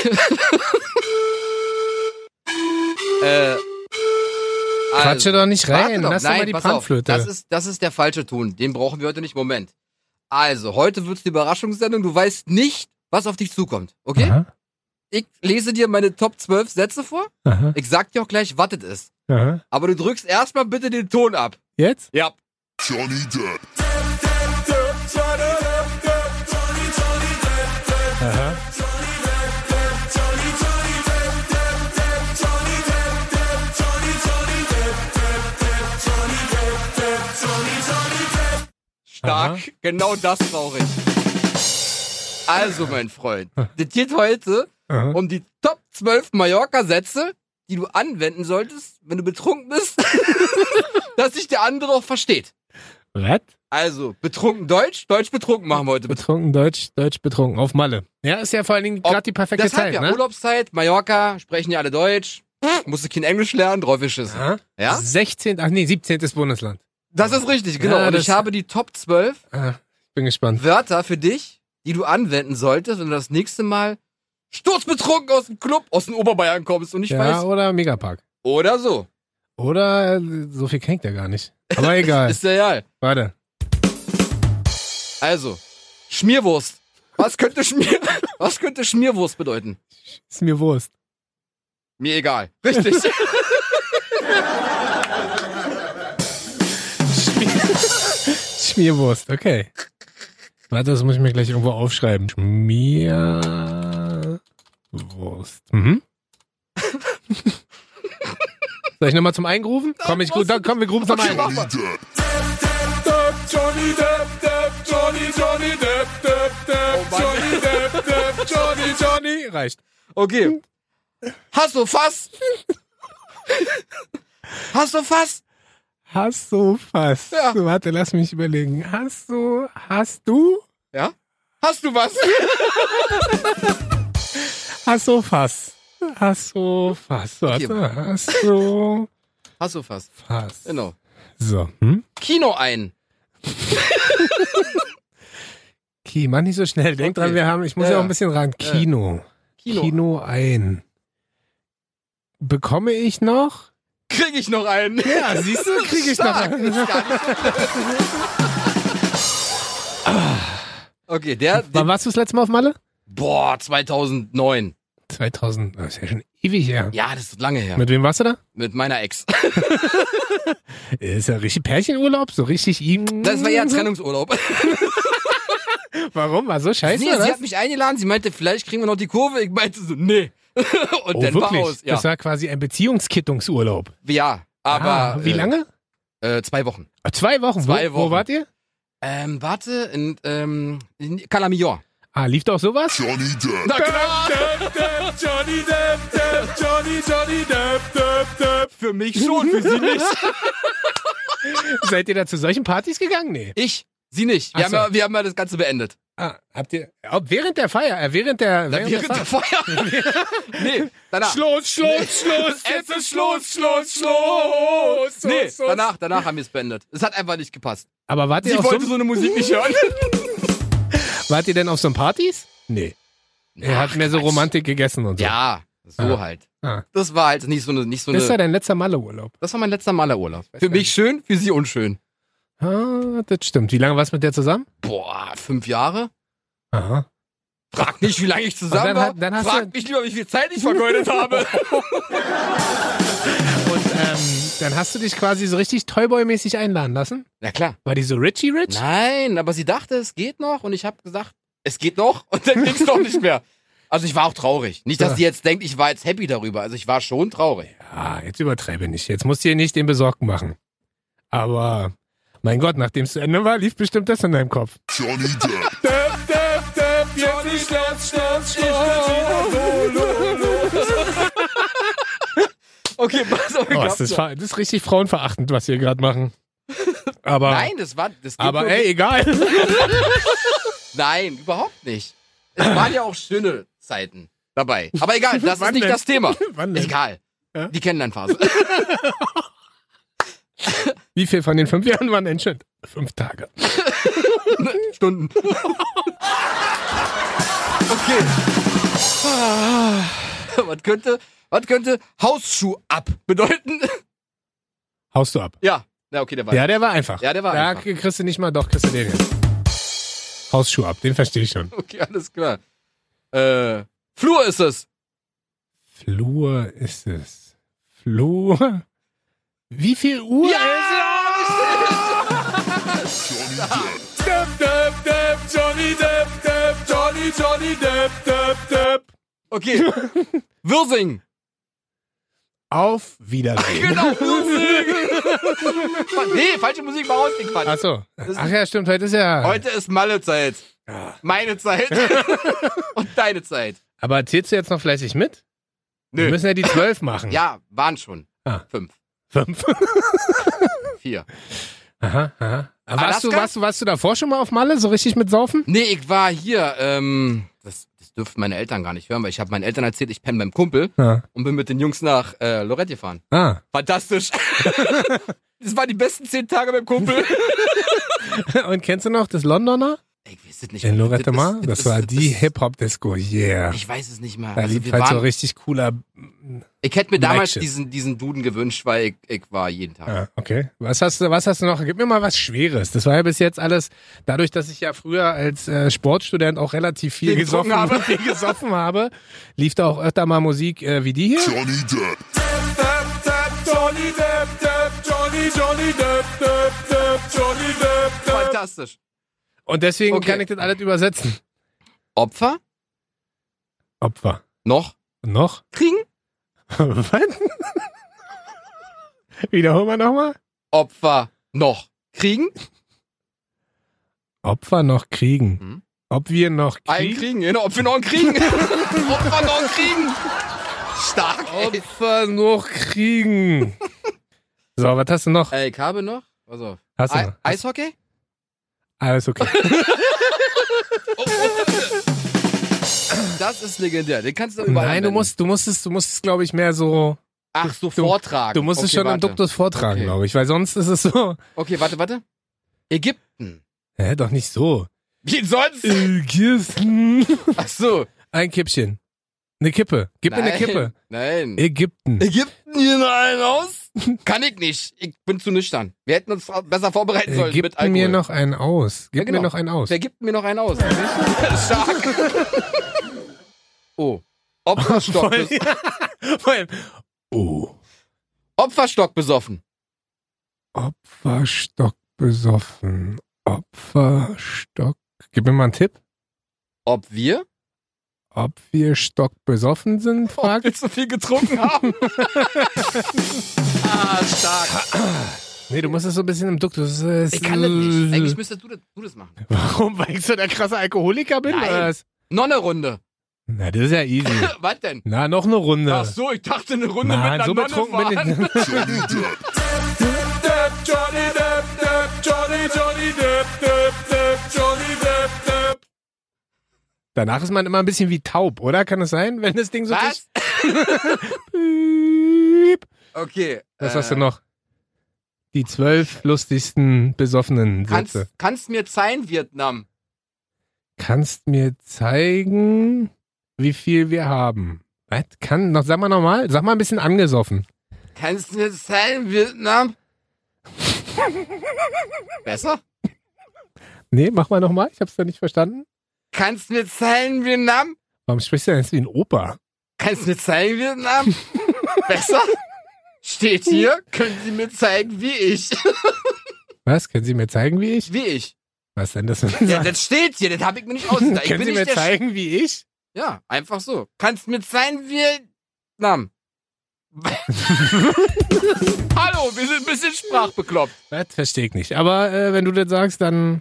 Quatsche doch nicht rein, lass doch mal die Panflöte. Das ist der falsche Ton, den brauchen wir heute nicht. Moment. Also, heute wird's die Überraschungssendung, du weißt nicht, was auf dich zukommt, okay? Aha. Ich lese dir meine Top 12 Sätze vor, Aha. ich sag dir auch gleich, was das ist. Aha. Aber du drückst erstmal bitte den Ton ab. Jetzt? Ja. Johnny Depp. Aha. Stark, Aha. genau das brauche ich. Also, mein Freund, das geht heute Aha. um die Top 12 Mallorca-Sätze, die du anwenden solltest, wenn du betrunken bist, dass sich der andere auch versteht. Was? Also, betrunken Deutsch, Deutsch betrunken machen wir heute. Betrunken Deutsch, Deutsch betrunken. Auf Malle. Ja, ist ja vor allen Dingen gerade die perfekte Deshalb Zeit, ja, ne? Urlaubszeit, Mallorca, sprechen ja alle Deutsch. Musst du kein Englisch lernen, drauf geschissen. Aha. Ja? 17. Bundesland. Das ist richtig, genau. Ja, Und ich das- habe die Top 12 Bin gespannt. Wörter für dich, die du anwenden solltest, wenn du das nächste Mal sturzbetrunken aus dem Club, aus dem Oberbayern kommst und ich Ja, weiß. oder Megapark. Oder so. Oder so viel kennt er gar nicht. Aber egal. Ist ja egal. Warte. Also, Schmierwurst. Was könnte Schmierwurst bedeuten? Ist mir Wurst. Mir egal. Richtig. Schmierwurst, okay. Warte, das muss ich mir gleich irgendwo aufschreiben. Schmierwurst. Mhm. Soll ich nochmal zum Eingerufen? Komm, wir grufen zum Okay, Eingerufen. mach mal. Johnny Depp. Johnny Depp, Oh Mann. Johnny. Reicht. Okay. Hast du Fass? Hast du Fass? Hast du fast. Ja. Warte, lass mich überlegen. Hast du? Ja? Hast du was? Hast du fast. Warte, Okay. hast du Hast du Fass? fast. Genau. So, hm? Kino ein. Okay, mach nicht so schnell. Denk Okay. dran, ich muss Ja, ja auch ja. ein bisschen ran. Kino ein. Bekomme ich noch? Krieg ich noch einen? Ja, siehst du, kriege ich noch Stark. einen. Ist gar nicht so Okay, Wann warst du das letzte Mal auf Malle? Boah, 2009. 2000, das ist ja schon ewig her. Ja, das ist lange her. Mit wem warst du da? Mit meiner Ex. Ist ja richtig Pärchenurlaub, so richtig ihm. Das war ja ein Trennungsurlaub. Warum? War so scheiße, Nee, oder? sie hat mich eingeladen, sie meinte, vielleicht kriegen wir noch die Kurve. Ich meinte so, nee. Und Oh, dann wirklich? war aus. Ja, Das war quasi ein Beziehungskittungsurlaub. ja aber... Wie lange? 2 Wochen. 2 Wochen. 2 Wo Wochen. wart ihr? Warte, in Calamillon. Lief doch sowas? Johnny Depp. Na klar. Johnny Depp. Für mich schon, für sie nicht. Seid ihr da zu solchen Partys gegangen? Nee. Ich, sie nicht. Ach so. Wir haben ja das Ganze beendet. Habt ihr, während der Feier, während der Feuer. Nee, danach. Schluss. Es ist Schluss. Nee, danach haben wir es beendet. Es hat einfach nicht gepasst. Aber wart Sie ihr, wollte so eine Musik nicht hören. wart ihr denn auf so Partys? Nee. Er hat mehr so Romantik gegessen und so. Ja, so Ah. halt. Ah. Das war halt nicht so eine. Das ist ja dein letzter Malle-Urlaub. Das war mein letzter Malerurlaub. Für mich schön, für sie unschön. Das stimmt. Wie lange warst du mit der zusammen? Boah, 5 Jahre? Aha. Frag nicht, wie lange ich zusammen war. dann hast Frag du- mich lieber, wie viel Zeit ich vergeudet habe. Und dann hast du dich quasi so richtig Toyboy-mäßig einladen lassen? Na klar. War die so Richie Rich? Nein, aber sie dachte, es geht noch und ich habe gesagt, es geht noch und dann ging's doch nicht mehr. Also ich war auch traurig. Nicht, dass Ja. sie jetzt denkt, ich war jetzt happy darüber. Also ich war schon traurig. Jetzt übertreibe nicht. Jetzt musst du hier nicht den Besorgten machen. Aber, mein Gott, nachdem es zu Ende war, lief bestimmt das in deinem Kopf. Johnny Depp. Okay, pass auf. Das ist richtig frauenverachtend, was wir gerade machen. Aber, Nein, das geht aber nur- ey, egal. Nein, überhaupt nicht. Es waren ja auch schöne Zeiten dabei. Aber egal, das ist Wann nicht denn? das Thema. Wann denn? Egal. Ja? Die Kennenlernphase. Wie viel von den 5 Jahren waren denn schön? 5 Tage. Stunden. Okay. Was könnte Hausschuh ab bedeuten? Haust du ab. Ja. Na, okay, der war. Ja, der war einfach. Ja, der war einfach. Da kriegst du nicht mal, doch, kriegst du den jetzt. Hausschuh ab, den verstehe ich schon. Okay, alles klar. Flur ist es. Flur ist es. Flur? Wie viel Uhr Johnny Depp. Johnny Depp. Okay. Wirsing. Auf Wiedersehen. Genau, Wirsing. Nee, falsche Musik war ausgequatscht. Achso. Ach ja, stimmt, heute ist ja... Heute ist Malle-Zeit. Meine Zeit. Und deine Zeit. Aber zählst du jetzt noch fleißig mit? Wir Nö. müssen ja die 12 machen. Ja, waren schon. Ah. 5. 5. 4. Aha. Aber Alaska? warst du davor schon mal auf Malle, so richtig mit Saufen? Nee, ich war hier, das dürften meine Eltern gar nicht hören, weil ich habe meinen Eltern erzählt, ich penne beim Kumpel Ja. und bin mit den Jungs nach Lorette gefahren. Ah. Fantastisch. Das waren die besten 10 Tage beim Kumpel. Und kennst du noch das Londoner? Ich weiß es nicht In mehr. Lorette Mar? Das war die Hip-Hop-Disco, yeah. Ich weiß es nicht mehr. Da Also lief wir halt so waren, richtig cooler... ich hätte mir damals Black diesen Duden gewünscht, weil ich war jeden Tag. Ja, okay. Was hast du noch? Gib mir mal was Schweres. Das war ja bis jetzt alles, dadurch, dass ich ja früher als Sportstudent auch relativ viel Viel gesoffen getrunken habe, lief da auch öfter mal Musik wie die hier. Johnny Depp. Fantastisch. Und deswegen Okay. kann ich das alles übersetzen. Opfer Opfer. noch Noch? kriegen? Was? Wiederholen wir nochmal. Opfer noch kriegen? Opfer noch kriegen. Hm? Ob wir noch Einen kriegen? kriegen, genau. Ob wir noch einen kriegen? Opfer noch einen kriegen? Stark, ey. Opfer noch kriegen. So, was hast du noch? Ich habe noch, also, Hast du noch? Eishockey? Alles okay. Das ist legendär. Den kannst du überall Nein, du anwenden. musst es, glaube ich, mehr so. Ach, so du- vortragen. Du musst es Okay, schon im warte. Duktus vortragen, Okay. glaube ich, weil sonst ist es so. Okay, warte. Ägypten. Hä, doch nicht so. Wie sonst? Ägypten. Ach so. Ein Kippchen. Eine Kippe. Gib mir eine Kippe. Nein. Ägypten. Ägypten hier noch einen aus? Kann ich nicht. Ich bin zu nüchtern. Wir hätten uns besser vorbereiten sollen mit Gib Alkohol. mir noch einen aus. Gib Ja, genau. mir noch einen aus. Wer gibt mir noch einen aus? Stark. Oh. Opferstock, Vor allem. Oh. Opferstock besoffen. Opferstock besoffen. Opferstock. Gib mir mal einen Tipp. Ob wir Ob wir stockbesoffen sind? ob wir zu viel getrunken haben. Stark. Nee, du musst es so ein bisschen im Duktus. Ich kann das nicht. Eigentlich müsstest du das machen. Warum? Weil ich so der krasse Alkoholiker bin? Nein. Oder was? Noch eine Runde. Na, das ist ja easy. Was denn? Na, noch eine Runde. Ach so, ich dachte eine Runde Nein, mit einer so Nonne betrunken bin fahren. ich. Johnny Depp. Danach ist man immer ein bisschen wie taub, oder? Kann es sein, wenn das Ding so Was? Piep. Okay. Was hast du noch? Die 12 lustigsten besoffenen Sätze. Kannst mir zeigen, Vietnam. Kannst mir zeigen, wie viel wir haben. Was? Sag mal nochmal. Sag mal ein bisschen angesoffen. Kannst mir zeigen, Vietnam? Besser? Nee, mach mal nochmal. Ich hab's da nicht verstanden. Kannst mir zeigen, Vietnam? Warum sprichst du denn jetzt wie ein Opa? Kannst mir zeigen, Vietnam? Besser? Steht hier, können Sie mir zeigen, wie ich. Was? Können Sie mir zeigen, wie ich? Wie ich. Was denn das? Ja, das steht hier, das habe ich mir nicht ausgedacht. Ich Können bin Sie nicht mir der zeigen, wie ich? Ja, einfach so. Kannst mir zeigen, Vietnam? Hallo, wir sind ein bisschen sprachbekloppt. Was? Verstehe ich nicht. Aber wenn du das sagst, dann...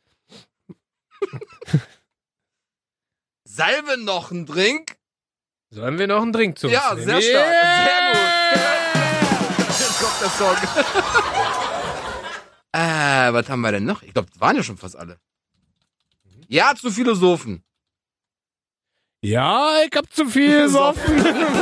Salve noch ein Drink? Sollen wir noch einen Drink zu uns Ja, nehmen? sehr stark. Sehr gut. Jetzt kommt der Song. Was haben wir denn noch? Ich glaube, das waren ja schon fast alle. Ja, zu Philosophen. Ja, ich hab zu viel gesoffen.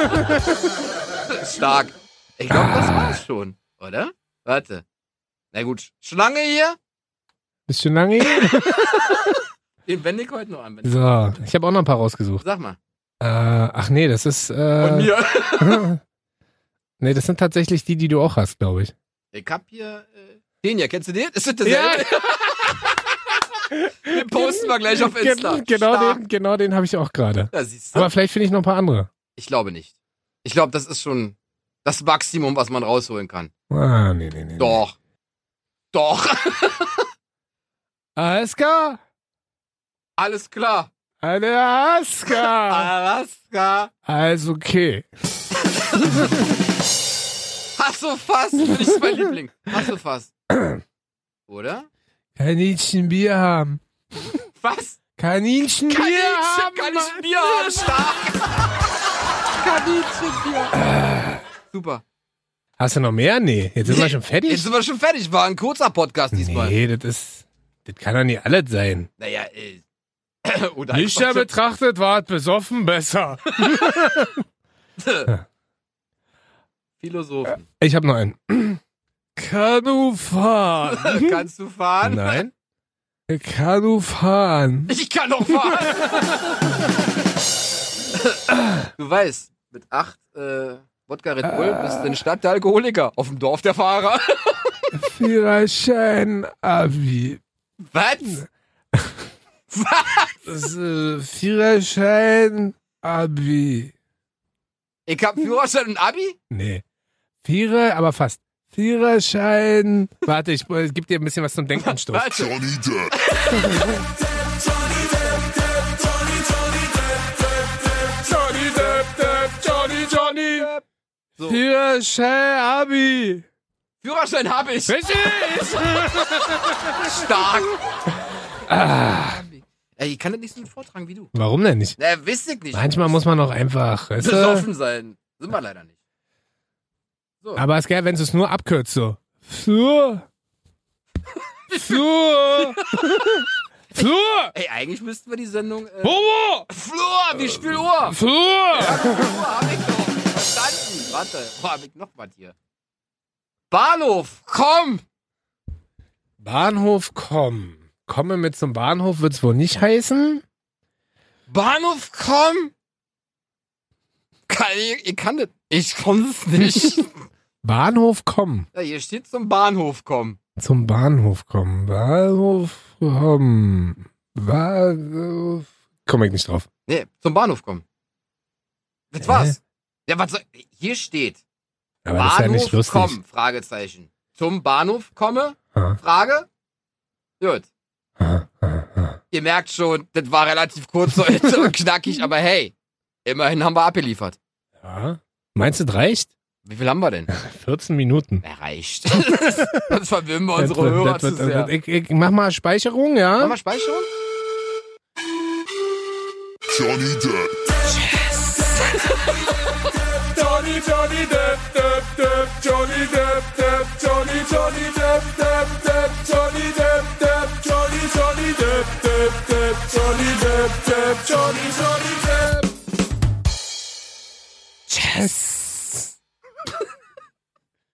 Stark. Ich glaube, das war's schon, oder? Warte. Na gut. Schlange hier? Bist schon lange hier? Den wende ich heute noch an. So, ich habe auch noch ein paar rausgesucht. Sag mal. Ach nee, das ist... Von mir. Nee, das sind tatsächlich die du auch hast, glaube ich. Ich hab hier den hier, kennst du den? Ist das derselbe? Den posten wir gleich auf Insta. Genau den habe ich auch gerade. Ja, siehst du? Aber vielleicht finde ich noch ein paar andere. Ich glaube nicht. Ich glaube, das ist schon das Maximum, was man rausholen kann. Ah, nee. Doch. Alles klar. Alles klar. Alaska. Alaska. Also okay. Hast du fast? Das ist mein Liebling. Hast du fast? Oder? Kaninchenbier haben. Was? Kaninchenbier haben. Kaninchenbier haben. Stark. Kaninchenbier. Super. Hast du noch mehr? Nee, jetzt sind wir schon fertig. Jetzt sind wir schon fertig. War ein kurzer Podcast diesmal. Nee, das kann doch nicht alles sein. Naja, oder Nüchtern betrachtet war es besoffen besser. Philosophen. Ich habe noch einen. Kanu fahren. Kannst du fahren? Nein. Kanu fahren. Ich kann doch fahren. Du weißt, mit 8 Wodka Red Bull bist du in Stadt der Alkoholiker. Auf dem Dorf der Fahrer. Führerschein, Abi. Was? Führerschein, Abi. Ich hab Führerschein und Abi? Nee. Aber fast. Führerschein. Warte, ich gebe dir ein bisschen was zum Denkanstoß. Warte. Johnny Depp. Johnny. So. Führerschein, Abi. Führerschein habe ich. Richtig. Stark. Ey, ich kann das nicht so gut vortragen wie du. Warum denn nicht? Na, wüsste ich nicht. Manchmal muss man auch einfach, weißt du? besoffen sein. Sind wir leider nicht. So. Aber es ist geil, wenn du es nur abkürzt, so. Flur. Ey, eigentlich müssten wir die Sendung... Bobo. Flur, wie spiel Uhr? Flur. Flur, hab ich doch. Verstanden. Warte, wo hab ich noch was hier? Bahnhof, komm! Bahnhof, komm. Komme mit zum Bahnhof wird's wohl nicht heißen. Bahnhof, komm! Ich kann das. Ich kann es nicht. Bahnhof, komm. Ja, hier steht zum Bahnhof, komm. Zum Bahnhof kommen. Bahnhof, komm. Bahnhof. Komm ich nicht drauf. Nee, zum Bahnhof kommen. Das war's. Ja, was soll... Hier steht. Aber das ist ja Bahnhof, nicht lustig. komm, Fragezeichen. Zum Bahnhof komme? Ah. Frage? Gut. Ah. Ihr merkt schon, das war relativ kurz heute und knackig, aber hey, immerhin haben wir abgeliefert. Ja. Meinst du, das reicht? Wie viel haben wir denn? 14 Minuten. Er reicht. Sonst verwirren wir unsere Hörer zu sehr. Ich mach mal Speicherung, ja? Machen wir Speicherung? Johnny Depp. Johnny Depp, Depp, Johnny Depp, Depp, Johnny Depp, Depp, Depp, Johnny Depp, Depp, Johnny Depp, Depp, Depp, Johnny Depp, Depp, Johnny Depp. Tschüss.